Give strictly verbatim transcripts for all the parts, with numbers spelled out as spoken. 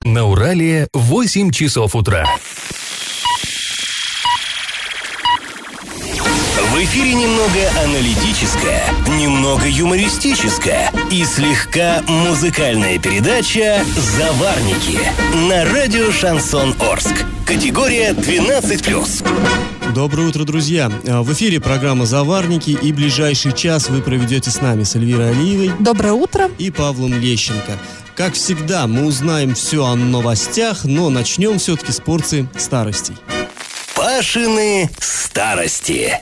На Урале восемь часов утра. В эфире немного аналитическая, немного юмористическая и слегка музыкальная передача «Заварники» на радио «Шансон Орск». Категория двенадцать плюс. Доброе утро, друзья! В эфире программа «Заварники», и ближайший час вы проведете с нами с Эльвирой Алиевой. Доброе утро! И Павлом Лещенко. Как всегда, мы узнаем все о новостях, но начнем все-таки с порции старостей. Пашины старости.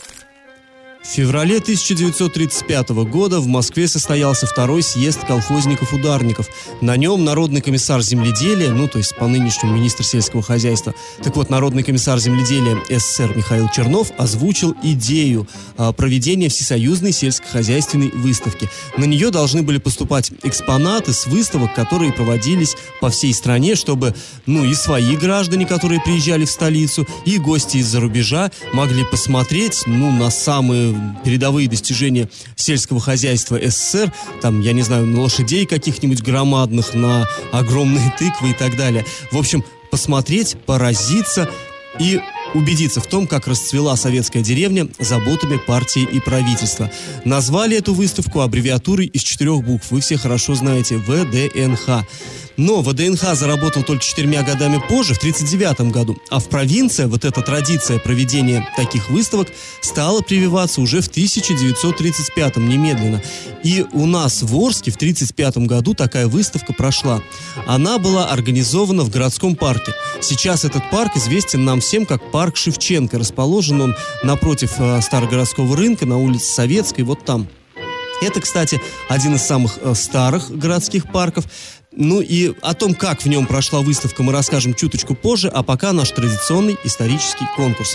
В феврале тысяча девятьсот тридцать пятого года в Москве состоялся второй съезд колхозников-ударников. На нем народный комиссар земледелия, ну, то есть по нынешнему министр сельского хозяйства, так вот, народный комиссар земледелия СССР Михаил Чернов озвучил идею а, проведения всесоюзной сельскохозяйственной выставки. На нее должны были поступать экспонаты с выставок, которые проводились по всей стране, чтобы, ну, и свои граждане, которые приезжали в столицу, и гости из-за рубежа могли посмотреть, ну, на самые передовые достижения сельского хозяйства СССР, там, я не знаю, на лошадей каких-нибудь громадных, на огромные тыквы и так далее. В общем, посмотреть, поразиться и убедиться в том, как расцвела советская деревня заботами партии и правительства. Назвали эту выставку аббревиатурой из четырех букв. Вы все хорошо знаете: вэ дэ эн ха. Но вэ дэ эн ха заработал только четырьмя годами позже, в тридцать девятом году. А в провинции вот эта традиция проведения таких выставок стала прививаться уже в тысяча девятьсот тридцать пятом, немедленно. И у нас в Орске в тридцать пятом году такая выставка прошла. Она была организована в городском парке. Сейчас этот парк известен нам всем как парк Шевченко. Расположен он напротив э, Старогородского рынка, на улице Советской, вот там. Это, кстати, один из самых э, старых городских парков. Ну и о том, как в нем прошла выставка, мы расскажем чуточку позже, а пока наш традиционный исторический конкурс.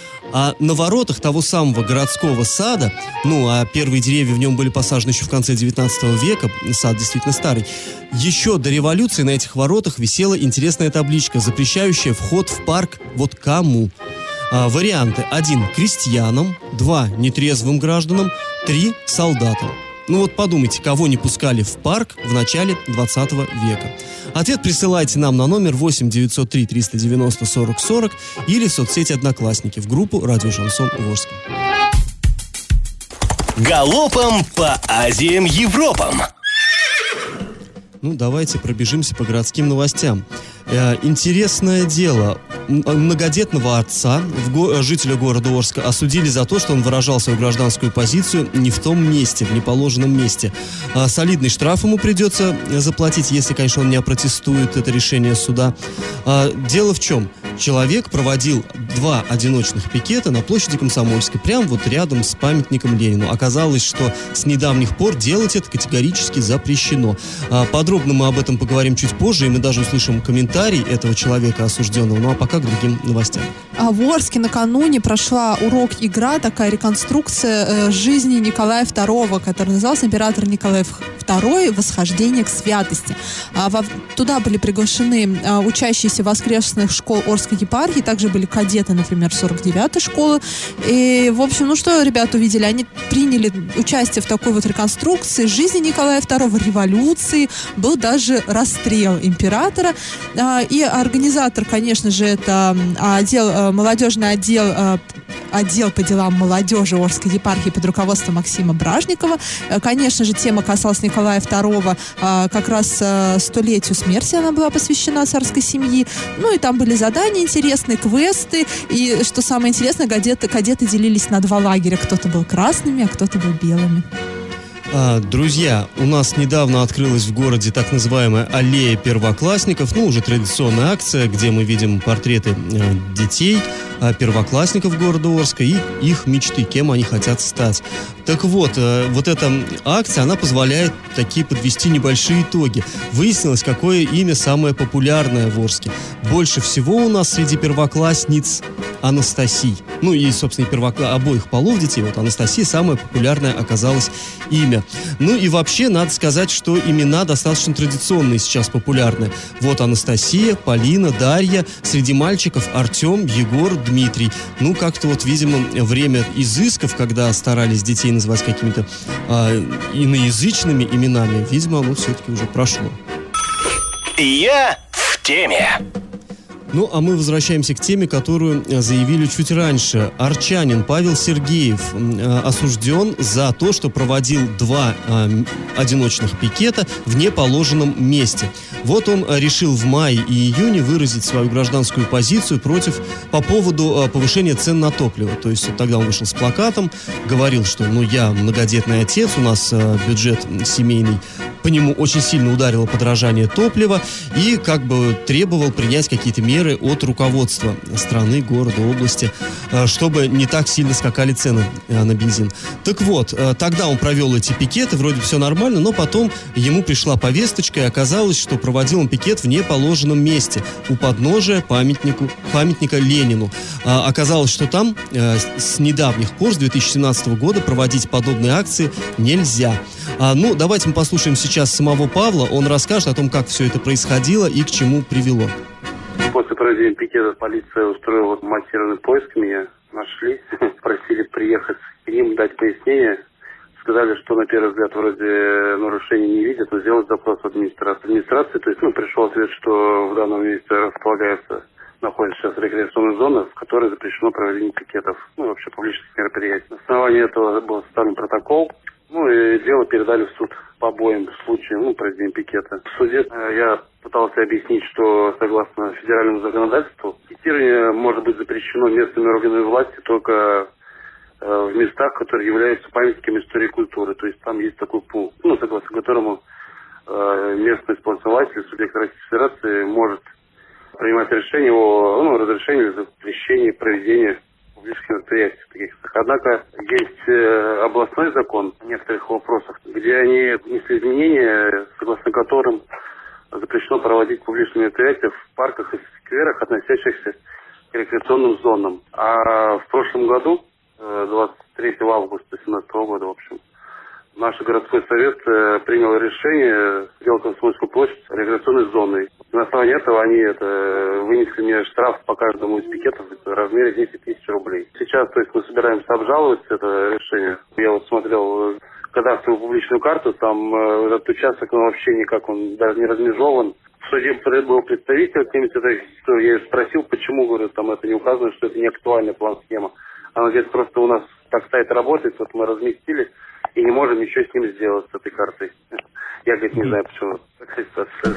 А на воротах того самого городского сада, ну, а первые деревья в нем были посажены еще в конце девятнадцатого века, сад действительно старый, еще до революции на этих воротах висела интересная табличка, запрещающая вход в парк вот кому. А, варианты: один – крестьянам, два – нетрезвым гражданам, три – солдатам. Ну вот подумайте, кого не пускали в парк в начале двадцатого века. Ответ присылайте нам на номер восемь девятьсот три триста девяносто сорок сорок или в соцсети «Одноклассники» в группу «Радио Шансон Орск». Галопом по Азиям, Европам. Ну, давайте пробежимся по городским новостям. Э, интересное дело. Многодетного отца, в го- жителя города Орска, осудили за то, что он выражал свою гражданскую позицию не в том месте, в неположенном месте. А солидный штраф ему придется заплатить, если, конечно, он не опротестует это решение суда. А, дело в чем? Человек проводил два одиночных пикета на площади Комсомольской, прямо вот рядом с памятником Ленину. Оказалось, что с недавних пор делать это категорически запрещено. А, подробно мы об этом поговорим чуть позже, и мы даже услышим комментарий этого человека осужденного. Ну а пока к другим новостям. А в Орске накануне прошла урок-игра, такая реконструкция э, жизни Николая второго, который назывался «Император Николай второй. Восхождение к святости». А, во, туда были приглашены а, учащиеся воскресных школ Орской епархии, также были кадеты, например, сорок девятой школы. И, в общем, ну что ребята увидели? Они приняли участие в такой вот реконструкции жизни Николая второго, революции, был даже расстрел императора. А, и организатор, конечно же, это отдел, молодежный отдел, отдел по делам молодежи Орской епархии под руководством Максима Бражникова. Конечно же, тема касалась Николая второго, как раз столетию смерти она была посвящена царской семьи. Ну и там были задания интересные, квесты. И, что самое интересное, кадеты, кадеты делились на два лагеря. Кто-то был красными, а кто-то был белыми. А, друзья, у нас недавно открылась в городе так называемая аллея первоклассников, ну, уже традиционная акция, где мы видим портреты э, детей, э, первоклассников города Орска и их мечты, кем они хотят стать. Так вот, э, вот эта акция, она позволяет такие подвести небольшие итоги. Выяснилось, какое имя самое популярное в Орске. Больше всего у нас среди первоклассниц Анастасий. Ну и, собственно, первокла... обоих полов детей. Вот Анастасия самое популярное оказалось имя. Ну и вообще, надо сказать, что имена достаточно традиционные сейчас популярны. Вот Анастасия, Полина, Дарья. Среди мальчиков Артем, Егор, Дмитрий. Ну, как-то вот, видимо, время изысков, когда старались детей называть какими-то э, иноязычными именами, видимо, оно все-таки уже прошло. Я в теме. Ну, а мы возвращаемся к теме, которую заявили чуть раньше. Арчанин Павел Сергеев э, осужден за то, что проводил два э, одиночных пикета в неположенном месте. Вот он решил в мае и июне выразить свою гражданскую позицию против по поводу э, повышения цен на топливо. То есть вот тогда он вышел с плакатом, говорил, что ну я многодетный отец, у нас э, бюджет семейный, по нему очень сильно ударило подорожание топлива и как бы требовал принять какие-то меры от руководства страны, города, области, чтобы не так сильно скакали цены на бензин. Так вот, тогда он провел эти пикеты, вроде все нормально, но потом ему пришла повесточка, и оказалось, что проводил он пикет в неположенном месте, у подножия памятнику, памятника Ленину. Оказалось, что там с недавних пор, с две тысячи семнадцатого года, проводить подобные акции нельзя. Ну, давайте мы послушаем сейчас самого Павла, он расскажет о том, как все это происходило и к чему привело. После проведения пикета полиция устроила массированный поиск, меня нашли, просили приехать к ним, дать пояснение. Сказали, что на первый взгляд вроде нарушений не видят, но сделать запрос в администрацию. администрации. То есть, ну, пришел ответ, что в данном месте располагается, находится сейчас рекреационная зона, в которой запрещено проведение пикетов, ну, вообще публичных мероприятий. На основании этого был составлен протокол, ну, и дело передали в суд по обоим случаям, ну, проведения пикета. В суде я пытался объяснить, что согласно федеральному законодательству пикетирование может быть запрещено местными органами власти только в местах, которые являются памятниками истории и культуры. То есть там есть такой пункт, ну, согласно которому местный исполнительный субъект Российской Федерации может принимать решение о ну, разрешении или запрещении проведения публичных мероприятий таких. Однако есть областной закон в некоторых вопросах, где они внесли изменения, согласно которым запрещено проводить публичные мероприятия в парках и скверах, относящихся к рекреационным зонам. А в прошлом году, двадцать третьего августа две тысячи семнадцатого года, в общем, наш городской совет принял решение сделать Комсомольскую площадь рекреационной зоной. На основании этого они это, вынесли мне штраф по каждому из пикетов в размере десять тысяч рублей. Сейчас, то есть, мы собираемся обжаловать это решение. Я вот смотрел кадастровую публичную карту, там э, этот участок, он вообще никак, он даже не размежован. В суде был представитель, я спросил, почему, говорю, там это не указано, что это не актуальная план-схема. Она говорит, просто у нас так сайт работает, вот мы разместили и не можем ничего с ним сделать, с этой картой. Я, говорит, не знаю, почему такая ситуация.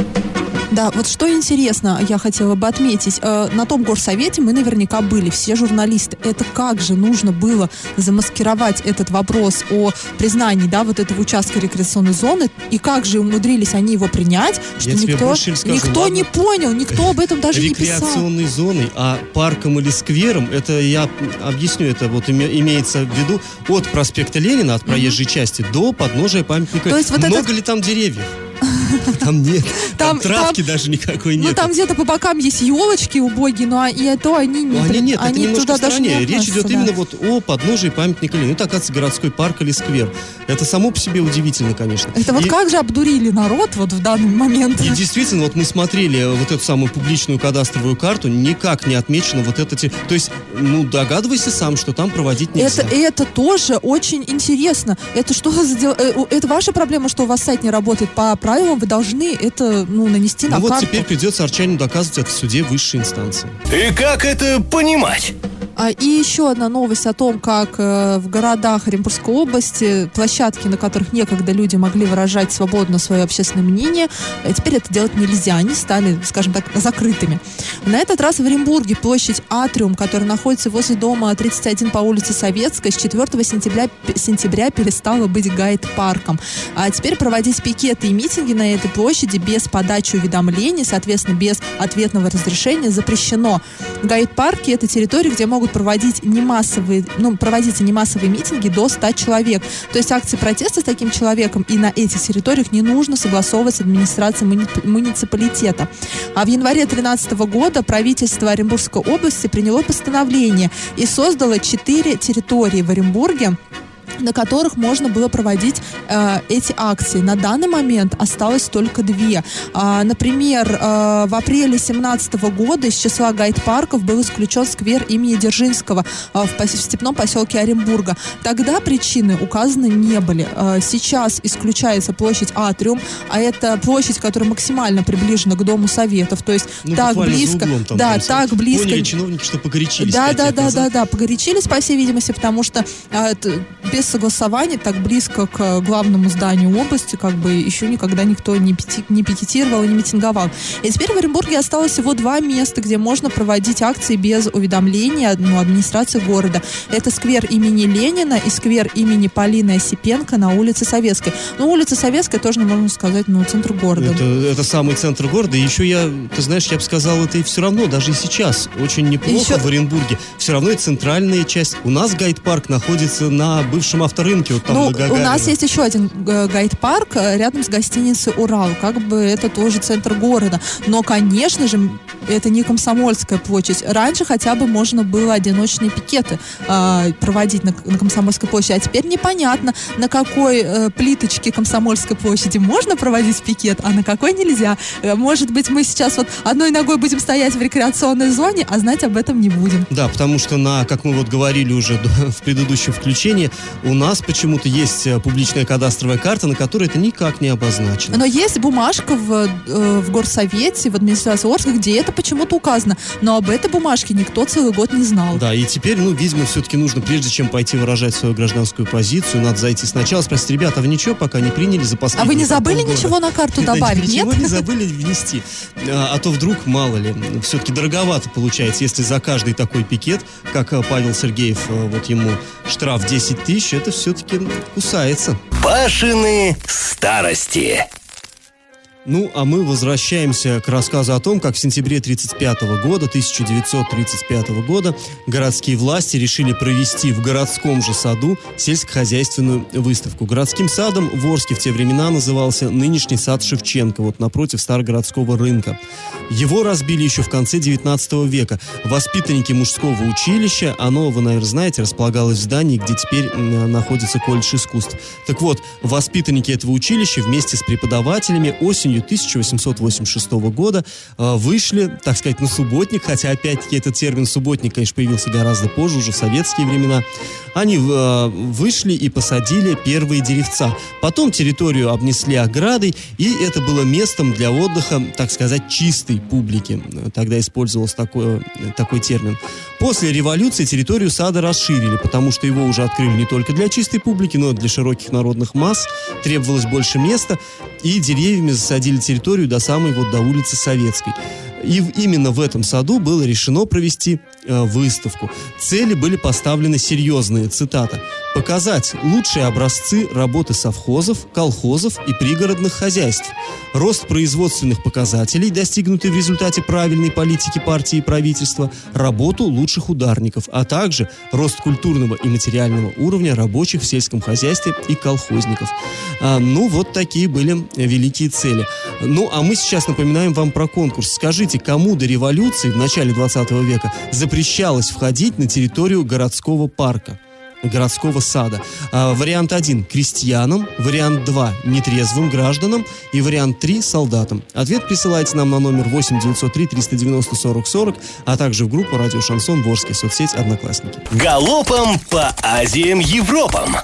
Да, вот что интересно, я хотела бы отметить, э, на том горсовете мы наверняка были, все журналисты. Это как же нужно было замаскировать этот вопрос о признании, да, вот этого участка рекреационной зоны, и как же умудрились они его принять, что я никто, скажу, никто ладно, не понял, никто об этом даже не писал. Рекреационной зоной, а парком или сквером, это я объясню, это вот имеется в виду от проспекта Ленина, от проезжей mm-hmm. части до подножия памятника. То есть вот много этот... ли там деревьев? Там нет, там, там травки там, даже никакой нет. Ну там где-то по бокам есть елочки убогие, но и это они не... Ну, они нет, они это немножко туда в стороне. даже не Речь идет да. именно вот о подножии памятника Ленина. Это, оказывается, городской парк или сквер. Это само по себе удивительно, конечно. Это и... вот как же обдурили народ вот в данный момент. И действительно, вот мы смотрели вот эту самую публичную кадастровую карту, никак не отмечено вот это... То есть, ну, догадывайся сам, что там проводить нельзя. Это, это тоже очень интересно. Это что за дело? Это ваша проблема, что у вас сайт не работает по правилам, вы должны это, ну, нанести на ну, карту. Вот теперь придется Арчанину доказывать это в суде высшей инстанции. И как это понимать? А, и еще одна новость о том, как э, в городах Оренбургской области площадки, на которых некогда люди могли выражать свободно свое общественное мнение, э, теперь это делать нельзя. Они стали, скажем так, закрытыми. На этот раз в Оренбурге площадь Атриум, которая находится возле дома тридцать один по улице Советской, с четвёртого сентября, сентября перестала быть гайд-парком. А теперь проводить пикеты и митинги на этой площади без подачи уведомлений, соответственно, без ответного разрешения запрещено. Гайд-парки — это территории, где могут проводить немассовые, ну, проводиться немассовые митинги до ста человек. То есть акции протеста с таким человеком и на этих территориях не нужно согласовывать с администрацией муни- муниципалитета. А в январе две тысячи тринадцатого года правительство Оренбургской области приняло постановление и создало четыре территории в Оренбурге, на которых можно было проводить э, эти акции. На данный момент осталось только две. А, например, э, в апреле семнадцатого года из числа гайд-парков был исключен сквер имени Дзержинского э, в, пос- в степном поселке Оренбурга. Тогда причины указаны не были. Э, сейчас исключается площадь Атриум, а это площадь, которая максимально приближена к Дому Советов. То есть ну, так близко. Углом, там, да, там, так близко. Поняли чиновники, что погорячились. Да, да, да, назад. да, да, погорячились, по всей видимости, потому что э, без согласования так близко к главному зданию области как бы еще никогда никто не, пяти, не пикетировал, не митинговал. И теперь в Оренбурге осталось всего два места, где можно проводить акции без уведомления ну, администрации города. Это сквер имени Ленина и сквер имени Полины Осипенко на улице Советской. Ну, улица Советская тоже, можно сказать, ну, центр города. Это, это самый центр города. И еще я, ты знаешь, я бы сказал, это и все равно, даже и сейчас, очень неплохо еще... в Оренбурге. Все равно и центральная часть. У нас гайд-парк находится на бывшем авторынке, вот там ну, на Гагарина. У нас есть еще один гайд-парк рядом с гостиницей «Урал». Как бы это тоже центр города. Но, конечно же, это не Комсомольская площадь. Раньше хотя бы можно было одиночные пикеты э, проводить на, на Комсомольской площади. А теперь непонятно, на какой э, плиточке Комсомольской площади можно проводить пикет, а на какой нельзя. Может быть, мы сейчас вот одной ногой будем стоять в рекреационной зоне, а знать об этом не будем. Да, потому что, на, как мы вот говорили уже в предыдущем включении, у нас почему-то есть публичная кадастровая карта, на которой это никак не обозначено. Но есть бумажка в, в горсовете, в администрации Орска, где это почему-то указано. Но об этой бумажке никто целый год не знал. Да, и теперь, ну, видимо, все-таки нужно, прежде чем пойти выражать свою гражданскую позицию, надо зайти сначала, спросить: ребята, а вы ничего пока не приняли за последние? А вы не забыли ничего на карту добавить, нет? Ничего не забыли внести. А, а то вдруг, мало ли, все-таки дороговато получается, если за каждый такой пикет, как Павел Сергеев, вот ему штраф десять тысяч, это все-таки кусается. Пашины старости. Ну, а мы возвращаемся к рассказу о том, как в сентябре тридцать пятого года, тысяча девятьсот тридцать пятого года, городские власти решили провести в городском же саду сельскохозяйственную выставку. Городским садом в Орске в те времена назывался нынешний сад Шевченко, вот напротив Старогородского рынка. Его разбили еще в конце девятнадцатого века. Воспитанники мужского училища, оно, вы, наверное, знаете, располагалось в здании, где теперь находится колледж искусств. Так вот, воспитанники этого училища вместе с преподавателями осенью тысяча восемьсот восемьдесят шестого года э, вышли, так сказать, на субботник, хотя, опять-таки, этот термин «субботник», конечно, появился гораздо позже, уже в советские времена. Они э, вышли и посадили первые деревца. Потом территорию обнесли оградой, и это было местом для отдыха, так сказать, чистой публики. Тогда использовался такой, такой термин. После революции территорию сада расширили, потому что его уже открыли не только для чистой публики, но и для широких народных масс. Требовалось больше места, и деревьями засадили территорию до самой вот до улицы Советской. И именно в этом саду было решено провести э, выставку. Цели были поставлены серьезные, цитата: «Показать лучшие образцы работы совхозов, колхозов и пригородных хозяйств, рост производственных показателей, достигнутый в результате правильной политики партии и правительства, работу лучших ударников, а также рост культурного и материального уровня рабочих в сельском хозяйстве и колхозников». А, ну, вот такие были великие цели. Ну, а мы сейчас напоминаем вам про конкурс. Скажите, кому до революции в начале двадцатого века запрещалось входить на территорию городского парка, городского сада? А, вариант один – крестьянам, вариант два – нетрезвым гражданам и вариант три – солдатам. Ответ присылайте нам на номер восемь девятьсот три триста девяносто сорок сорок, а также в группу «Радио Шансон» в Орске, соцсеть «Одноклассники». Галопом по Азиям Европам.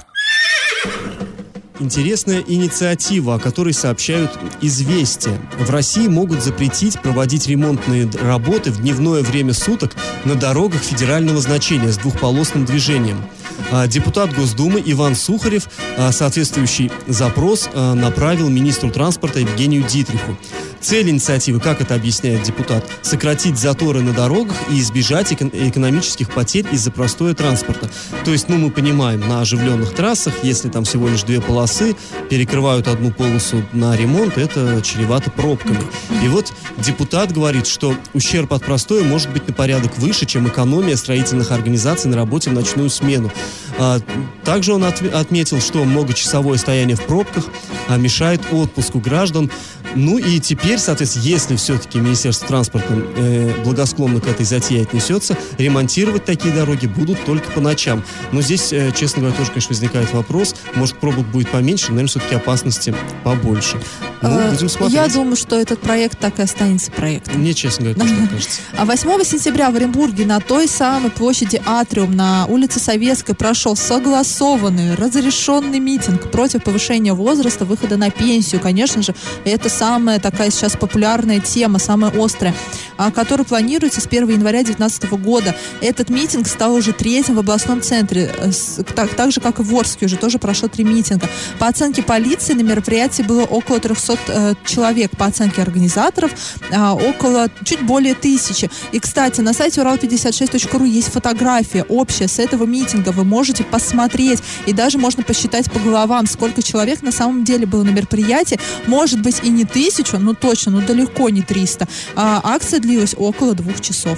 Интересная инициатива, о которой сообщают «Известия». В России могут запретить проводить ремонтные работы в дневное время суток на дорогах федерального значения с двухполосным движением. Депутат Госдумы Иван Сухарев соответствующий запрос направил министру транспорта Евгению Дитриху. Цель инициативы, как это объясняет депутат, сократить заторы на дорогах и избежать эко- экономических потерь из-за простоя транспорта. То есть, ну, мы понимаем, на оживленных трассах, если там всего лишь две полосы, перекрывают одну полосу на ремонт, это чревато пробками. И вот депутат говорит, что ущерб от простоя может быть на порядок выше, чем экономия строительных организаций на работе в ночную смену. Также он отметил, что многочасовое стояние в пробках мешает отпуску граждан. Ну и теперь, соответственно, если все-таки Министерство транспорта э, благосклонно к этой затее отнесется, ремонтировать такие дороги будут только по ночам. Но здесь, э, честно говоря, тоже, конечно, возникает вопрос, может, пробок будет поменьше, наверное, все-таки опасности побольше. Ну, будем смотреть. Я думаю, что этот проект так и останется проектом. Мне, честно говоря, тоже так кажется. А восьмого сентября в Оренбурге на той самой площади Атриум на улице Советской прошел согласованный, разрешенный митинг против повышения возраста выхода на пенсию. Конечно же, это самая такая сейчас популярная тема, самая острая, которая планируется с первого января две тысячи девятнадцатого года. Этот митинг стал уже третьим в областном центре, так, так же, как и в Орске, уже тоже прошло три митинга. По оценке полиции на мероприятии было около трехсот э, человек, по оценке организаторов э, около чуть более тысячи. И, кстати, на сайте урал пятьдесят шесть точка ру есть фотография общая с этого митинга, вы можете посмотреть, и даже можно посчитать по головам, сколько человек на самом деле было на мероприятии. Может быть и не тысячу, ну точно, ну далеко не триста. А акция длилась около двух часов.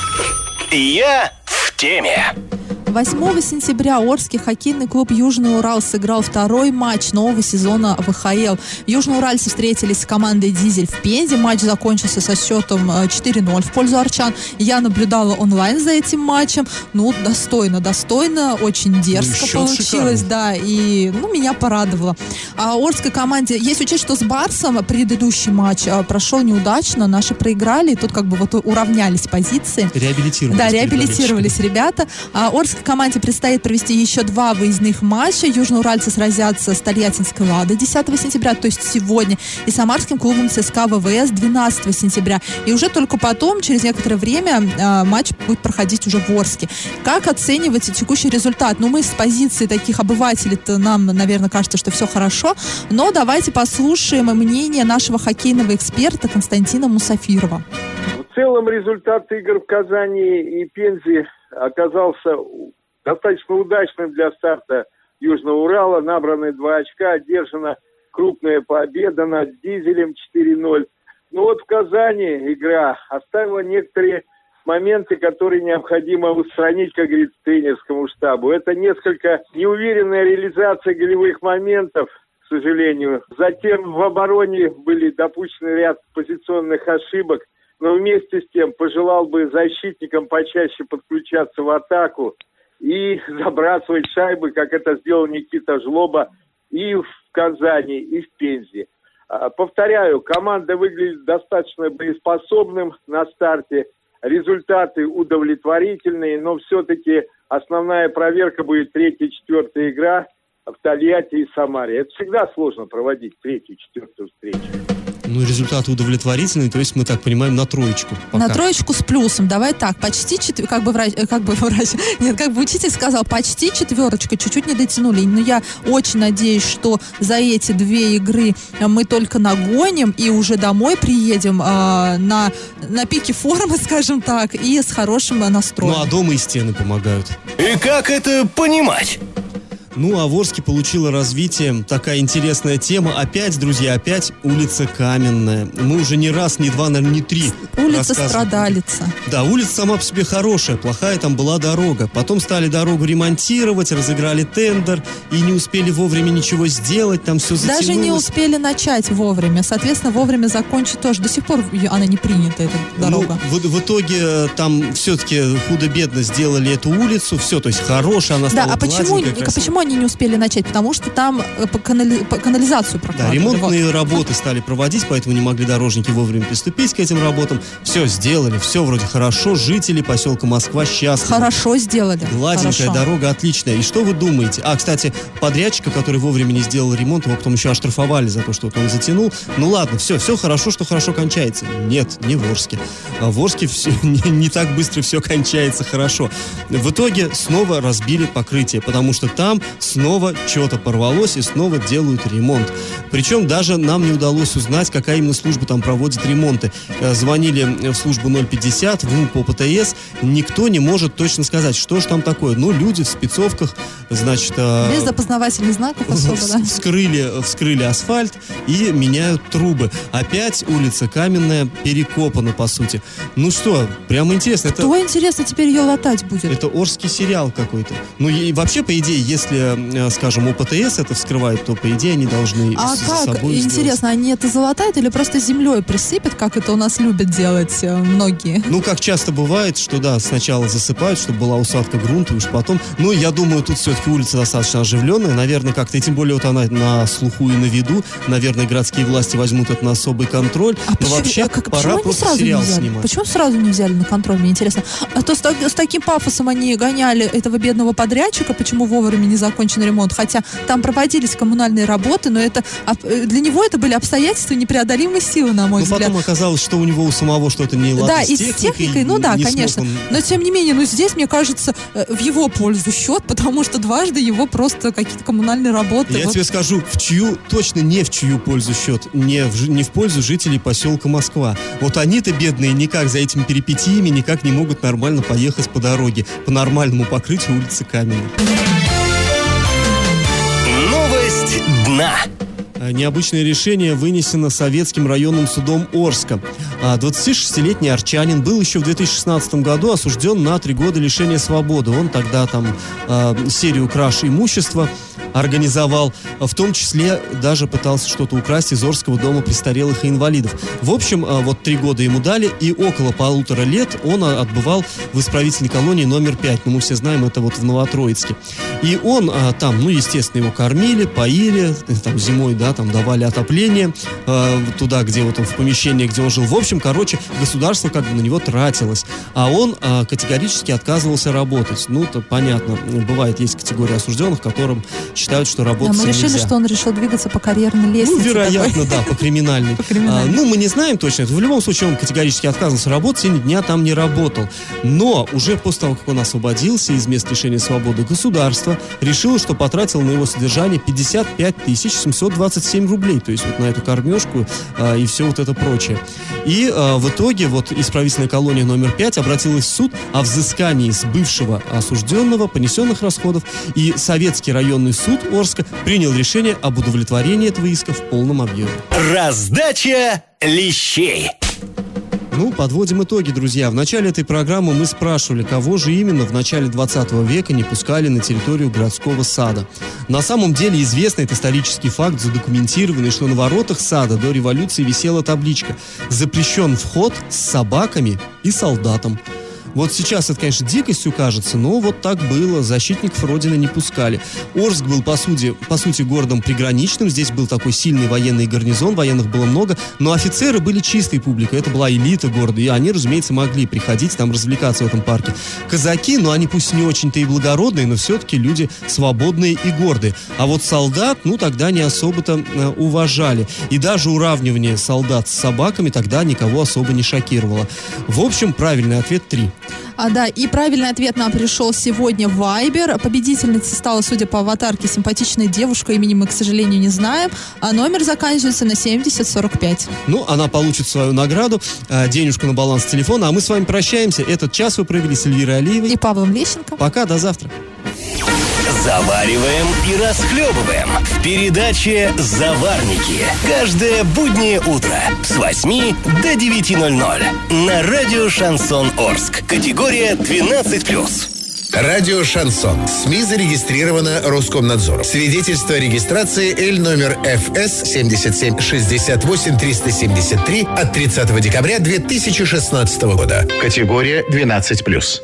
Я в теме. восьмого сентября Орский хоккейный клуб «Южный Урал» сыграл второй матч нового сезона вэ ха эл. Южноуральцы встретились с командой «Дизель» в Пензе. Матч закончился со счетом четыре ноль в пользу арчан. Я наблюдала онлайн за этим матчем. Ну, достойно, достойно, очень дерзко ну, получилось, шикарный. Да, и ну, меня порадовало. А Орской команде, есть учесть, что с Барсом предыдущий матч прошел неудачно, наши проиграли, и тут как бы вот уравнялись позиции. Реабилитировались. Да, реабилитировались ребята. А Орской команде предстоит провести еще два выездных матча. Южноуральцы сразятся с Тольяттинской «Ладой» десятого сентября, то есть сегодня, и самарским клубом ЦСКА вэ вэ эс двенадцатого сентября. И уже только потом, через некоторое время, э, матч будет проходить уже в Орске. Как оцениваете текущий результат? Ну, мы с позиции таких обывателей-то нам, наверное, кажется, что все хорошо, но давайте послушаем мнение нашего хоккейного эксперта Константина Мусафирова. В целом результат игр в Казани и Пензе оказался достаточно удачным для старта Южного Урала. Набраны два очка, одержана крупная победа над «Дизелем» четыре ноль. Но вот в Казани игра оставила некоторые моменты, которые необходимо устранить, как говорится, тренерскому штабу. Это несколько неуверенная реализация голевых моментов, к сожалению. Затем в обороне были допущены ряд позиционных ошибок. Но вместе с тем пожелал бы защитникам почаще подключаться в атаку и забрасывать шайбы, как это сделал Никита Жлоба и в Казани, и в Пензе. Повторяю, команда выглядит достаточно боеспособным на старте. Результаты удовлетворительные, но все-таки основная проверка будет третья, четвертая игра в Тольятти и Самаре. Это всегда сложно проводить третью, четвертую встречу. Ну, результаты удовлетворительные, то есть мы так понимаем, на троечку. Пока. На троечку с плюсом. Давай так, почти четверка, как бы врач, как бы врач, нет, как бы учитель сказал, почти четверочка, чуть-чуть не дотянули. Но я очень надеюсь, что за эти две игры мы только нагоним и уже домой приедем э, на, на пике формы, скажем так, и с хорошим настроем. Ну, а дома и стены помогают. И как это понимать? Ну, а в Орске получила развитие такая интересная тема. Опять, друзья, опять улица Каменная. Мы уже не раз, не два, наверное, не три Улица Страдалица. Да, улица сама по себе хорошая, плохая там была дорога. Потом стали дорогу ремонтировать, разыграли тендер и не успели вовремя ничего сделать, там все затянулось. Даже не успели начать вовремя, соответственно, вовремя закончить тоже. До сих пор она не принята, эта дорога. Ну, в, в итоге там все-таки худо-бедно сделали эту улицу, все, то есть хорошая, она стала да, а почему, почему они не успели начать? Потому что там по канали... по канализацию прокладывали. Да, ремонтные вот. работы стали проводить, поэтому не могли дорожники вовремя приступить к этим работам. Все сделали, все вроде хорошо. Жители поселка Москва счастливы. Хорошо сделали. Гладенькая хорошо. Дорога, отличная. И что вы думаете? А, кстати, подрядчика, который вовремя не сделал ремонт, его потом еще оштрафовали за то, что вот он затянул. Ну ладно, все, все хорошо, что хорошо кончается. Нет, не в Орске. А в Орске все, не, не так быстро все кончается хорошо. В итоге снова разбили покрытие, потому что там снова что-то порвалось и снова делают ремонт. Причем даже нам не удалось узнать, какая именно служба там проводит ремонты. Звонили в службу ноль пятьдесят, в МУП по ПТС, никто не может точно сказать, что же там такое. Ну, люди в спецовках, значит... Без опознавательных знаков особо, да? Вскрыли, вскрыли асфальт и меняют трубы. Опять улица Каменная перекопана, по сути. Ну что, прямо интересно. Кто, это, интересно, теперь ее латать будет? Это Орский сериал какой-то. Ну и вообще, по идее, если, скажем, ОПТС это вскрывает, то, по идее, они должны а за как? собой Интересно, сделать. Они это залатают или просто землей присыпят, как это у нас любят делать многие? Ну, как часто бывает, что, да, сначала засыпают, чтобы была усадка грунта, и уж потом... Ну, я думаю, тут все-таки улица достаточно оживленная, наверное, как-то, и тем более вот она на слуху и на виду, наверное, городские власти возьмут это на особый контроль, а но почему, вообще а как, пора просто сериал снимать. Почему сразу не взяли на контроль, мне интересно. А то с, с таким пафосом они гоняли этого бедного подрядчика, почему вовремя не закончен ремонт, хотя там проводились коммунальные работы, но это для него это были обстоятельства непреодолимой силы, на мой но взгляд. Потом оказалось, что у него у самого что-то не ладно да, с и техникой. с техникой, ну да, конечно. Он... Но тем не менее, ну здесь, мне кажется, в его пользу счет, потому что дважды его просто какие-то коммунальные работы. Я вот. тебе скажу, в чью, точно не в чью пользу счет, не в, не в пользу жителей поселка Москва. Вот они-то, бедные, никак за этими перипетиями никак не могут нормально поехать по дороге, по нормальному покрытию улицы Каменной. Новость дна. Необычное решение вынесено Советским районным судом Орска. двадцатишестилетний арчанин был еще в две тысячи шестнадцатом году осужден на три года лишения свободы. Он тогда там э, серию краж имущества организовал, в том числе даже пытался что-то украсть из Орского дома престарелых и инвалидов. В общем, э, вот три года ему дали, и около полутора лет он отбывал в исправительной колонии номер пять. Ну, мы все знаем, это вот в Новотроицке. И он э, там, ну, естественно, его кормили, поили, там зимой, да, там давали отопление э, туда, где вот он в помещении, где он жил. В общем, короче, государство как бы на него тратилось, а он э, категорически отказывался работать. Ну, то понятно, бывает, есть категория осужденных, которым считают, что работать да, мы решили, нельзя. Что он решил двигаться по карьерной лестнице. Ну, вероятно, такой. да, по криминальной. По криминальной. А, ну, мы не знаем точно. В любом случае, он категорически отказывался работать, и ни дня там не работал. Но уже после того, как он освободился из мест лишения свободы, государство решило, что потратило на его содержание пятьдесят пять тысяч семьсот двадцать семь рублей. То есть вот на эту кормежку а, и все вот это прочее. И а, в итоге вот исправительная колония номер пять обратилась в суд о взыскании с бывшего осужденного понесенных расходов. И Советский районный суд Орска принял решение об удовлетворении этого иска в полном объеме. Раздача лещей. Ну, подводим итоги, друзья. В начале этой программы мы спрашивали, кого же именно в начале двадцатого века не пускали на территорию городского сада. На самом деле известный это исторический факт, задокументированный, что на воротах сада до революции висела табличка «Запрещен вход с собаками и солдатом». Вот сейчас это, конечно, дикостью кажется, но вот так было. Защитников Родины не пускали. Орск был, по сути, по сути, городом приграничным. Здесь был такой сильный военный гарнизон, военных было много, но офицеры были чистой публикой. Это была элита города, и они, разумеется, могли приходить там развлекаться в этом парке. Казаки, ну, они пусть не очень-то и благородные, но все-таки люди свободные и гордые. А вот солдат, ну, тогда не особо-то э, уважали. И даже уравнивание солдат с собаками тогда никого особо не шокировало. В общем, правильный ответ три. А, да, и правильный ответ нам пришел сегодня в Viber. Победительницей стала, судя по аватарке, симпатичная девушка, имени мы, к сожалению, не знаем. А номер заканчивается на семьдесят сорок пять. Ну, она получит свою награду, денежку на баланс телефона. А мы с вами прощаемся. Этот час вы провели с Эльвирой Алиевой и Павлом Лещенко. Пока, до завтра. Завариваем и расхлебываем в передаче «Заварники». Каждое буднее утро с восьми до девяти ноль-ноль на радио «Шансон Орск». Категория двенадцать плюс. Радио «Шансон». СМИ зарегистрировано Роскомнадзором. Свидетельство о регистрации Л номер Ф С семь семь шесть восемь три семь три от тридцатого декабря две тысячи шестнадцатого года. Категория двенадцать плюс.